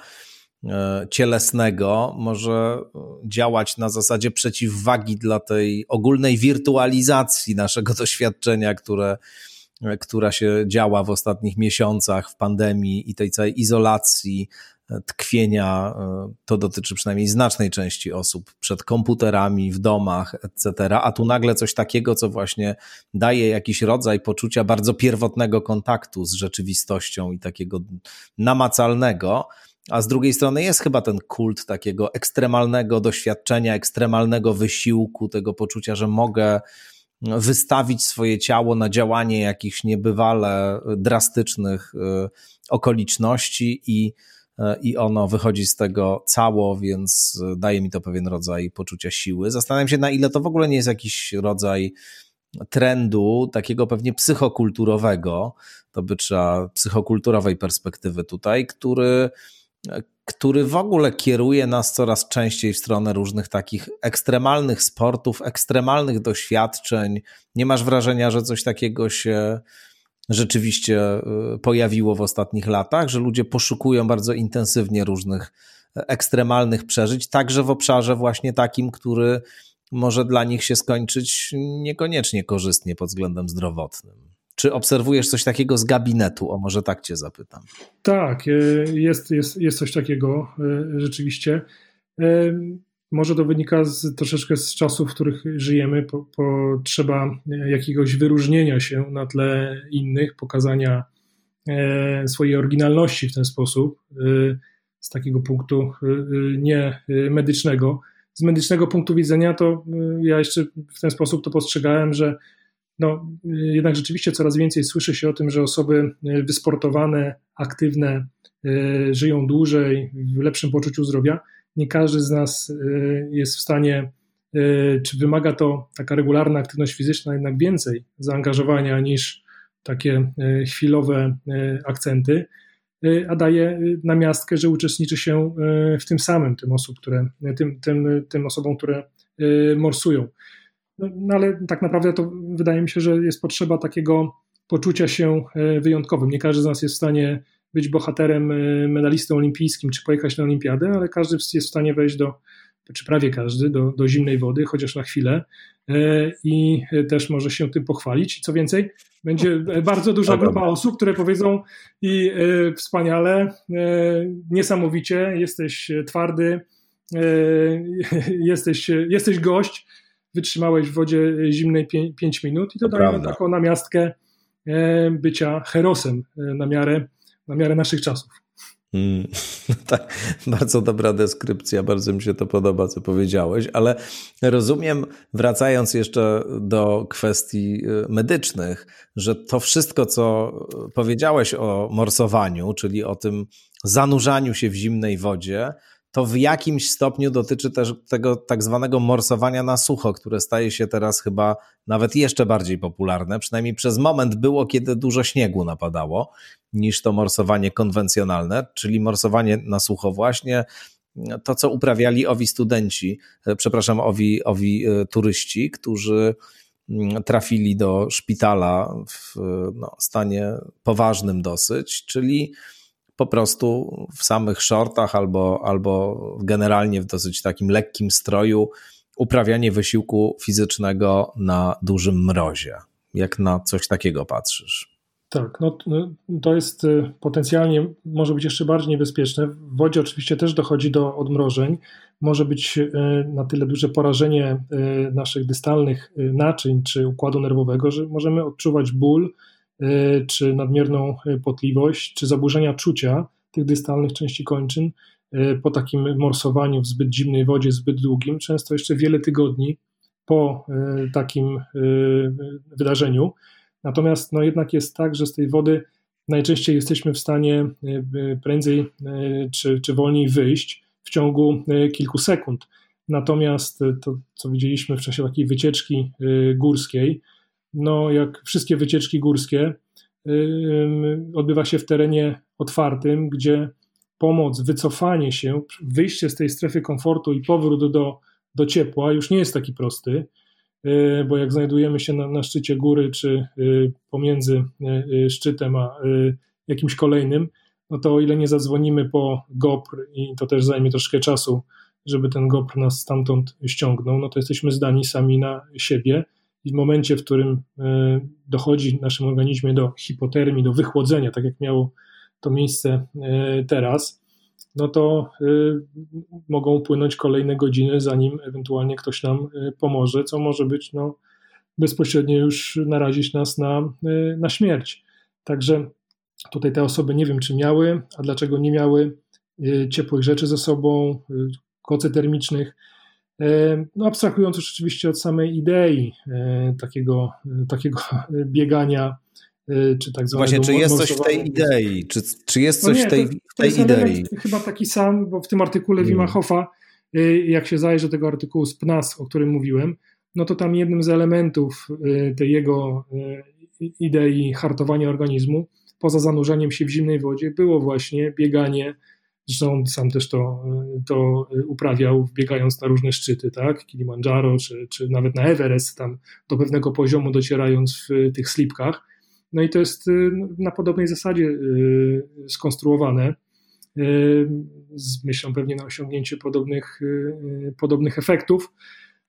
cielesnego może działać na zasadzie przeciwwagi dla tej ogólnej wirtualizacji naszego doświadczenia, która się działa w ostatnich miesiącach w pandemii i tej całej izolacji, tkwienia. To dotyczy przynajmniej znacznej części osób przed komputerami, w domach, etc. A tu nagle coś takiego, co właśnie daje jakiś rodzaj poczucia bardzo pierwotnego kontaktu z rzeczywistością i takiego namacalnego, a z drugiej strony jest chyba ten kult takiego ekstremalnego doświadczenia, ekstremalnego wysiłku, tego poczucia, że mogę wystawić swoje ciało na działanie jakichś niebywale drastycznych okoliczności i ono wychodzi z tego cało, więc daje mi to pewien rodzaj poczucia siły. Zastanawiam się, na ile to w ogóle nie jest jakiś rodzaj trendu, takiego pewnie psychokulturowego, to by trzeba psychokulturowej perspektywy tutaj, który w ogóle kieruje nas coraz częściej w stronę różnych takich ekstremalnych sportów, ekstremalnych doświadczeń. Nie masz wrażenia, że coś takiego się rzeczywiście pojawiło w ostatnich latach, że ludzie poszukują bardzo intensywnie różnych ekstremalnych przeżyć, także w obszarze właśnie takim, który może dla nich się skończyć niekoniecznie korzystnie pod względem zdrowotnym. Czy obserwujesz coś takiego z gabinetu? O, może tak cię zapytam. Tak, jest coś takiego rzeczywiście. Może to wynika troszeczkę z czasów, w których żyjemy. Potrzeba jakiegoś wyróżnienia się na tle innych, pokazania swojej oryginalności w ten sposób, z takiego punktu nie medycznego. Z medycznego punktu widzenia to ja jeszcze w ten sposób to postrzegałem, że jednak rzeczywiście coraz więcej słyszy się o tym, że osoby wysportowane, aktywne żyją dłużej, w lepszym poczuciu zdrowia. Nie każdy z nas jest w stanie, czy wymaga to taka regularna aktywność fizyczna jednak więcej zaangażowania niż takie chwilowe akcenty, a daje namiastkę, że uczestniczy się w tym samym tym osobom, które morsują. No ale tak naprawdę to wydaje mi się, że jest potrzeba takiego poczucia się wyjątkowym. Nie każdy z nas jest w stanie być bohaterem, medalistą olimpijskim, czy pojechać na olimpiadę, ale każdy jest w stanie wejść czy prawie każdy, do zimnej wody, chociaż na chwilę, i też może się tym pochwalić. I co więcej, będzie bardzo duża grupa osób, które powiedzą i wspaniale, niesamowicie, jesteś twardy, jesteś gość, wytrzymałeś w wodzie zimnej 5 minut i to daje nam taką namiastkę bycia herosem na miarę naszych czasów. Tak, bardzo dobra deskrypcja, bardzo mi się to podoba, co powiedziałeś, ale rozumiem, wracając jeszcze do kwestii medycznych, że to wszystko, co powiedziałeś o morsowaniu, czyli o tym zanurzaniu się w zimnej wodzie, to w jakimś stopniu dotyczy też tego tak zwanego morsowania na sucho, które staje się teraz chyba nawet jeszcze bardziej popularne. Przynajmniej przez moment było, kiedy dużo śniegu napadało, niż to morsowanie konwencjonalne, czyli morsowanie na sucho właśnie. To, co uprawiali owi turyści, którzy trafili do szpitala w stanie poważnym dosyć, czyli po prostu w samych shortach albo generalnie w dosyć takim lekkim stroju uprawianie wysiłku fizycznego na dużym mrozie. Jak na coś takiego patrzysz? Tak, to jest potencjalnie, może być jeszcze bardziej niebezpieczne. W wodzie oczywiście też dochodzi do odmrożeń. Może być na tyle duże porażenie naszych dystalnych naczyń czy układu nerwowego, że możemy odczuwać ból, czy nadmierną potliwość, czy zaburzenia czucia tych dystalnych części kończyn po takim morsowaniu w zbyt zimnej wodzie, zbyt długim, często jeszcze wiele tygodni po takim wydarzeniu. Natomiast jednak jest tak, że z tej wody najczęściej jesteśmy w stanie prędzej czy wolniej wyjść w ciągu kilku sekund. Natomiast to, co widzieliśmy w czasie takiej wycieczki górskiej, jak wszystkie wycieczki górskie, odbywa się w terenie otwartym, gdzie pomoc, wycofanie się, wyjście z tej strefy komfortu i powrót do ciepła już nie jest taki prosty, bo jak znajdujemy się na szczycie góry, czy pomiędzy szczytem a jakimś kolejnym, to o ile nie zadzwonimy po GOPR i to też zajmie troszkę czasu, żeby ten GOPR nas stamtąd ściągnął, to jesteśmy zdani sami na siebie. I w momencie, w którym dochodzi w naszym organizmie do hipotermii, do wychłodzenia, tak jak miało to miejsce teraz, to mogą upłynąć kolejne godziny, zanim ewentualnie ktoś nam pomoże, co może być bezpośrednio już narazić nas na śmierć. Także tutaj te osoby nie wiem, czy miały, a dlaczego nie miały ciepłych rzeczy ze sobą, kocy termicznych. Abstrahując już oczywiście od samej idei takiego biegania, czy tak zwanego właśnie, czy jest coś w tej idei? Czy jest coś w tej idei? Chyba taki sam, bo w tym artykule Wima Hofa, jak się zajrzy tego artykułu z PNAS, o którym mówiłem, to tam jednym z elementów tej jego idei hartowania organizmu, poza zanurzeniem się w zimnej wodzie, było właśnie bieganie. Zresztą on sam też to uprawiał, biegając na różne szczyty, tak? Kilimandżaro, czy nawet na Everest, tam do pewnego poziomu docierając w tych slipkach. I to jest na podobnej zasadzie skonstruowane, z myślą pewnie na osiągnięcie podobnych efektów.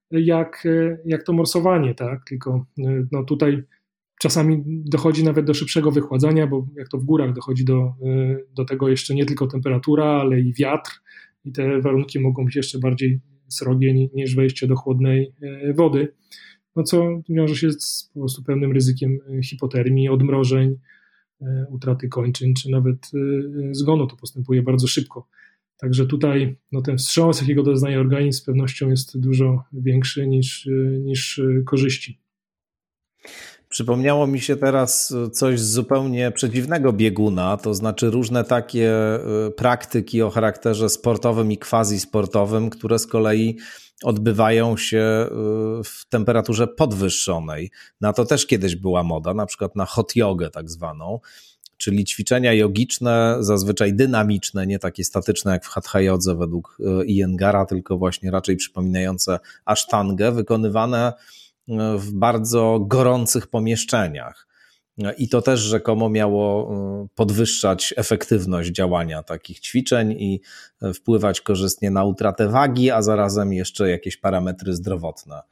jak to morsowanie, tak? Tylko no tutaj czasami dochodzi nawet do szybszego wychładzania, bo jak to w górach dochodzi do tego jeszcze nie tylko temperatura, ale i wiatr i te warunki mogą być jeszcze bardziej srogie niż wejście do chłodnej wody, no co wiąże się z po prostu pewnym ryzykiem hipotermii, odmrożeń, utraty kończyn, czy nawet zgonu. To postępuje bardzo szybko. Także tutaj no, ten wstrząs, jakiego doznaje organizm, z pewnością jest dużo większy niż korzyści. Przypomniało mi się teraz coś z zupełnie przeciwnego bieguna, to znaczy różne takie praktyki o charakterze sportowym i quasi-sportowym, które z kolei odbywają się w temperaturze podwyższonej. Na to też kiedyś była moda, na przykład na hot jogę tak zwaną, czyli ćwiczenia jogiczne, zazwyczaj dynamiczne, nie takie statyczne jak w hatha jodze według Iyengara, tylko właśnie raczej przypominające asztangę, wykonywane w bardzo gorących pomieszczeniach. I to też rzekomo miało podwyższać efektywność działania takich ćwiczeń i wpływać korzystnie na utratę wagi, a zarazem jeszcze jakieś parametry zdrowotne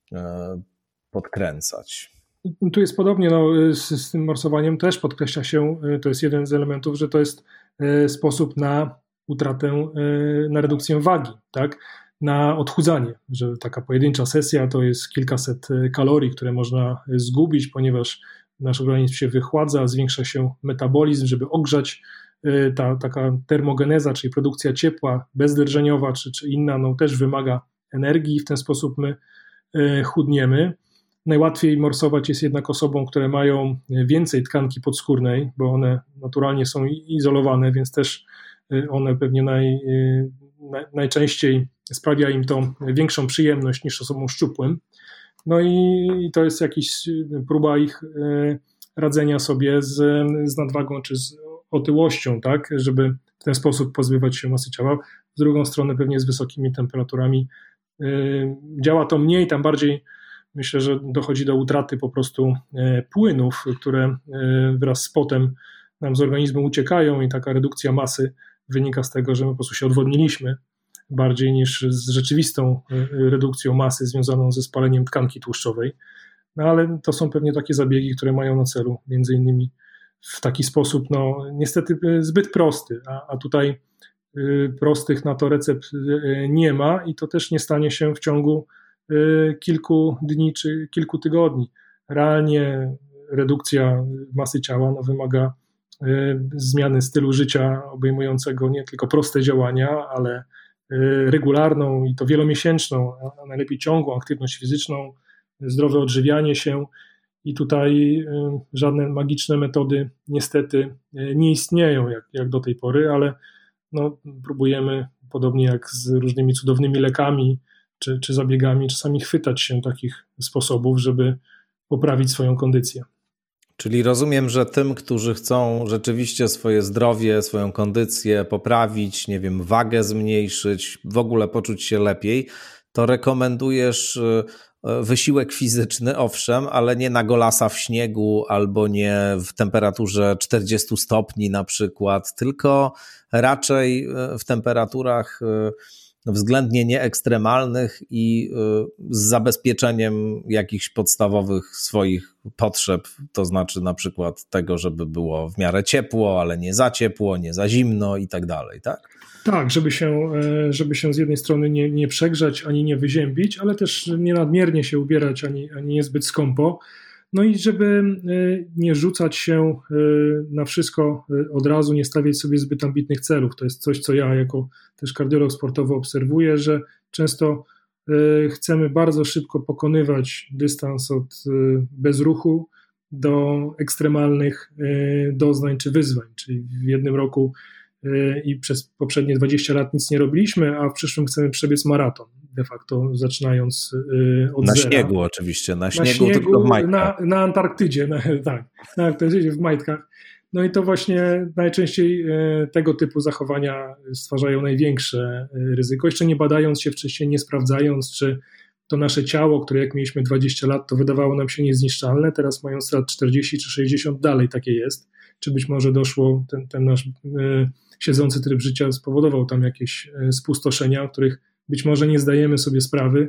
podkręcać. Tu jest podobnie, no, z tym morsowaniem też podkreśla się, to jest jeden z elementów, że to jest sposób na utratę, na redukcję wagi, tak? Na odchudzanie, że taka pojedyncza sesja to jest kilkaset kalorii, które można zgubić, ponieważ nasz organizm się wychładza, zwiększa się metabolizm, żeby ogrzać. Taka termogeneza, czyli produkcja ciepła bezdrżeniowa czy inna, no też wymaga energii i w ten sposób my chudniemy. Najłatwiej morsować jest jednak osobom, które mają więcej tkanki podskórnej, bo one naturalnie są izolowane, więc też one pewnie najczęściej sprawia im to większą przyjemność niż osobom szczupłym. No i to jest jakaś próba ich radzenia sobie z nadwagą czy z otyłością, tak, żeby w ten sposób pozbywać się masy ciała. Z drugą stronę pewnie z wysokimi temperaturami działa to mniej, tam bardziej myślę, że dochodzi do utraty po prostu płynów, które wraz z potem nam z organizmu uciekają i taka redukcja masy wynika z tego, że my po prostu się odwodniliśmy bardziej niż z rzeczywistą redukcją masy związaną ze spaleniem tkanki tłuszczowej. No ale to są pewnie takie zabiegi, które mają na celu między innymi w taki sposób, no niestety zbyt prosty, a tutaj prostych na to recept nie ma i to też nie stanie się w ciągu kilku dni czy kilku tygodni. Realnie redukcja masy ciała no, wymaga zmiany stylu życia obejmującego nie tylko proste działania, ale regularną i to wielomiesięczną, a najlepiej ciągłą aktywność fizyczną, zdrowe odżywianie się i tutaj żadne magiczne metody niestety nie istnieją jak do tej pory, ale no, próbujemy podobnie jak z różnymi cudownymi lekami czy zabiegami czasami chwytać się takich sposobów, żeby poprawić swoją kondycję. Czyli rozumiem, że tym, którzy chcą rzeczywiście swoje zdrowie, swoją kondycję poprawić, nie wiem, wagę zmniejszyć, w ogóle poczuć się lepiej, to rekomendujesz wysiłek fizyczny, owszem, ale nie na golasa w śniegu albo nie w temperaturze 40 stopni na przykład, tylko raczej w temperaturach względnie nieekstremalnych i z zabezpieczeniem jakichś podstawowych swoich potrzeb, to znaczy na przykład tego, żeby było w miarę ciepło, ale nie za ciepło, nie za zimno i tak dalej, tak? Tak, żeby się z jednej strony nie przegrzać, ani nie wyziębić, ale też nie nadmiernie się ubierać, ani niezbyt skąpo. No i żeby nie rzucać się na wszystko od razu, nie stawiać sobie zbyt ambitnych celów. To jest coś, co ja jako też kardiolog sportowy obserwuję, że często chcemy bardzo szybko pokonywać dystans od bezruchu do ekstremalnych doznań czy wyzwań. Czyli w jednym roku i przez poprzednie 20 lat nic nie robiliśmy, a w przyszłym chcemy przebiec maraton. De facto zaczynając od na zera. Śniegu oczywiście, na śniegu tylko w majtkach. Na Antarktydzie, tak, na Antarktydzie w majtkach. No i to właśnie najczęściej tego typu zachowania stwarzają największe ryzyko. Jeszcze nie badając się wcześniej, nie sprawdzając, czy to nasze ciało, które jak mieliśmy 20 lat, to wydawało nam się niezniszczalne, teraz mając lat 40 czy 60 dalej takie jest. Czy być może doszło, ten nasz siedzący tryb życia spowodował tam jakieś spustoszenia, o których być może nie zdajemy sobie sprawy,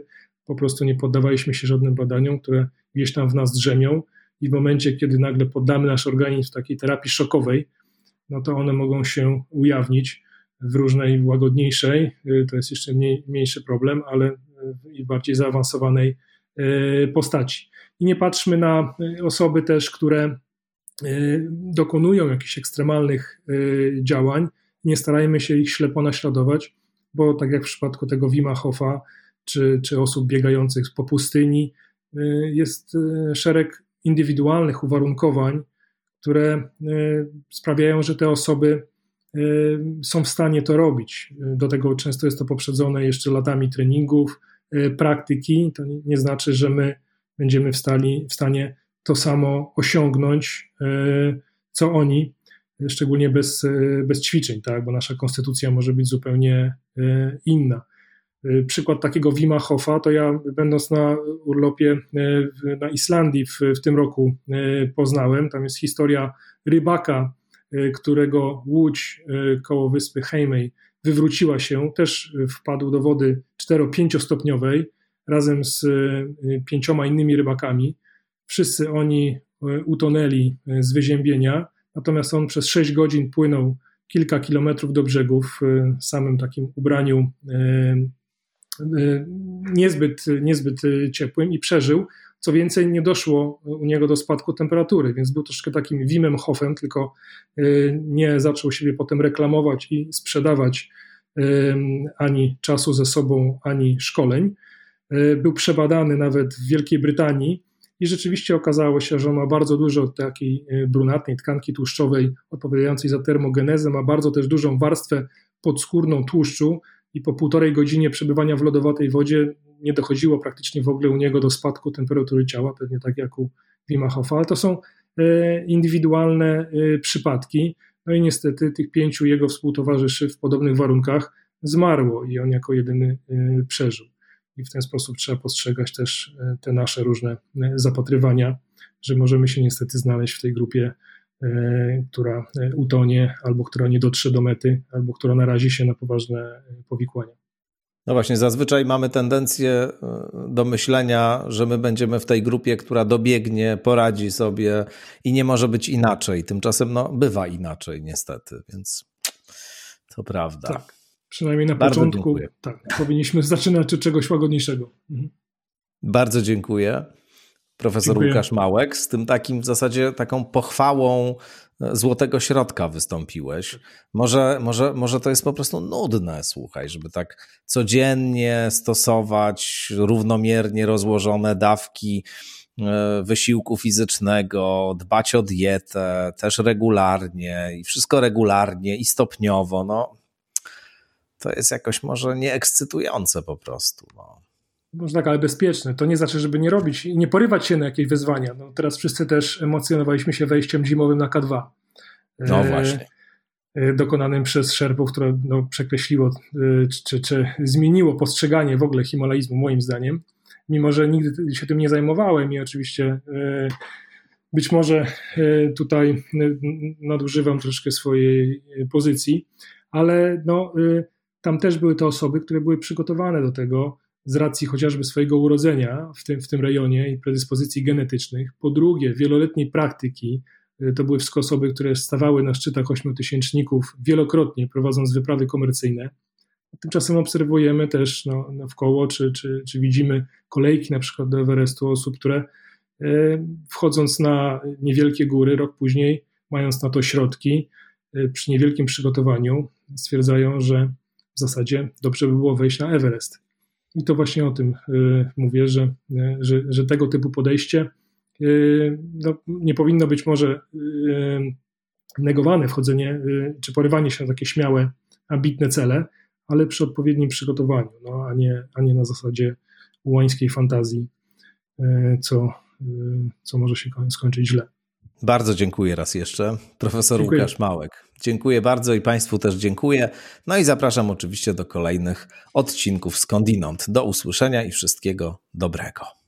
po prostu nie poddawaliśmy się żadnym badaniom, które gdzieś tam w nas drzemią i w momencie, kiedy nagle poddamy nasz organizm takiej terapii szokowej, no to one mogą się ujawnić w różnej łagodniejszej, to jest jeszcze mniejszy problem, ale i bardziej zaawansowanej postaci. I nie patrzmy na osoby też, które dokonują jakichś ekstremalnych działań, nie starajmy się ich ślepo naśladować, bo tak jak w przypadku tego Wima Hofa, czy osób biegających po pustyni, jest szereg indywidualnych uwarunkowań, które sprawiają, że te osoby są w stanie to robić. Do tego często jest to poprzedzone jeszcze latami treningów, praktyki. To nie znaczy, że my będziemy w stanie to samo osiągnąć, co oni, szczególnie bez ćwiczeń, tak? Bo nasza konstytucja może być zupełnie inna. Przykład takiego Wima Hofa to ja, będąc na urlopie na Islandii w tym roku, poznałem. Tam jest historia rybaka, którego łódź koło wyspy Heinej wywróciła się, też wpadł do wody 4-5 stopniowej razem z 5 innymi rybakami. Wszyscy oni utonęli z wyziębienia, natomiast on przez 6 godzin płynął kilka kilometrów do brzegu w samym takim ubraniu niezbyt ciepłym i przeżył. Co więcej, nie doszło u niego do spadku temperatury, więc był troszkę takim Wimem Hofem, tylko nie zaczął siebie potem reklamować i sprzedawać ani czasu ze sobą, ani szkoleń. Był przebadany nawet w Wielkiej Brytanii i rzeczywiście okazało się, że on ma bardzo dużo takiej brunatnej tkanki tłuszczowej odpowiadającej za termogenezę, ma bardzo też dużą warstwę podskórną tłuszczu i po 1,5 godzinie przebywania w lodowatej wodzie nie dochodziło praktycznie w ogóle u niego do spadku temperatury ciała, pewnie tak jak u Wima Hofa, ale to są indywidualne przypadki. No i niestety tych 5 jego współtowarzyszy w podobnych warunkach zmarło i on jako jedyny przeżył. I w ten sposób trzeba postrzegać też te nasze różne zapatrywania, że możemy się niestety znaleźć w tej grupie, która utonie, albo która nie dotrze do mety, albo która narazi się na poważne powikłania. No właśnie, zazwyczaj mamy tendencję do myślenia, że my będziemy w tej grupie, która dobiegnie, poradzi sobie i nie może być inaczej. Tymczasem bywa inaczej niestety, więc to prawda. Tak, przynajmniej na Bardzo początku dziękuję. Tak, powinniśmy zaczynać od czegoś łagodniejszego. Bardzo dziękuję. Profesor Łukasz Małek, z tym takim w zasadzie taką pochwałą złotego środka wystąpiłeś. Może to jest po prostu nudne, słuchaj, żeby tak codziennie stosować równomiernie rozłożone dawki wysiłku fizycznego, dbać o dietę też regularnie i wszystko regularnie i stopniowo. To jest jakoś może nieekscytujące po prostu. Może tak, ale bezpieczne. To nie znaczy, żeby nie robić i nie porywać się na jakieś wyzwania. Teraz wszyscy też emocjonowaliśmy się wejściem zimowym na K2. No właśnie. Dokonanym przez Sherpów, które przekreśliło czy zmieniło postrzeganie w ogóle himalaizmu, moim zdaniem. Mimo że nigdy się tym nie zajmowałem i oczywiście być może tutaj nadużywam troszkę swojej pozycji, ale tam też były te osoby, które były przygotowane do tego z racji chociażby swojego urodzenia w tym rejonie i predyspozycji genetycznych. Po drugie, wieloletniej praktyki. To były wszystko osoby, które stawały na szczytach 8-tysięczników wielokrotnie, prowadząc wyprawy komercyjne. Tymczasem obserwujemy też w koło, czy widzimy kolejki na przykład do Everestu osób, które wchodząc na niewielkie góry, rok później, mając na to środki, przy niewielkim przygotowaniu, stwierdzają, że w zasadzie dobrze by było wejść na Everest. I to właśnie o tym mówię, że tego typu podejście nie powinno być może negowane wchodzenie czy porywanie się na takie śmiałe, ambitne cele, ale przy odpowiednim przygotowaniu, a nie na zasadzie łańskiej fantazji, co może się skończyć źle. Bardzo dziękuję raz jeszcze. Profesor Łukasz Małek. Dziękuję bardzo i Państwu też dziękuję. No i zapraszam oczywiście do kolejnych odcinków Skądinąd. Do usłyszenia i wszystkiego dobrego.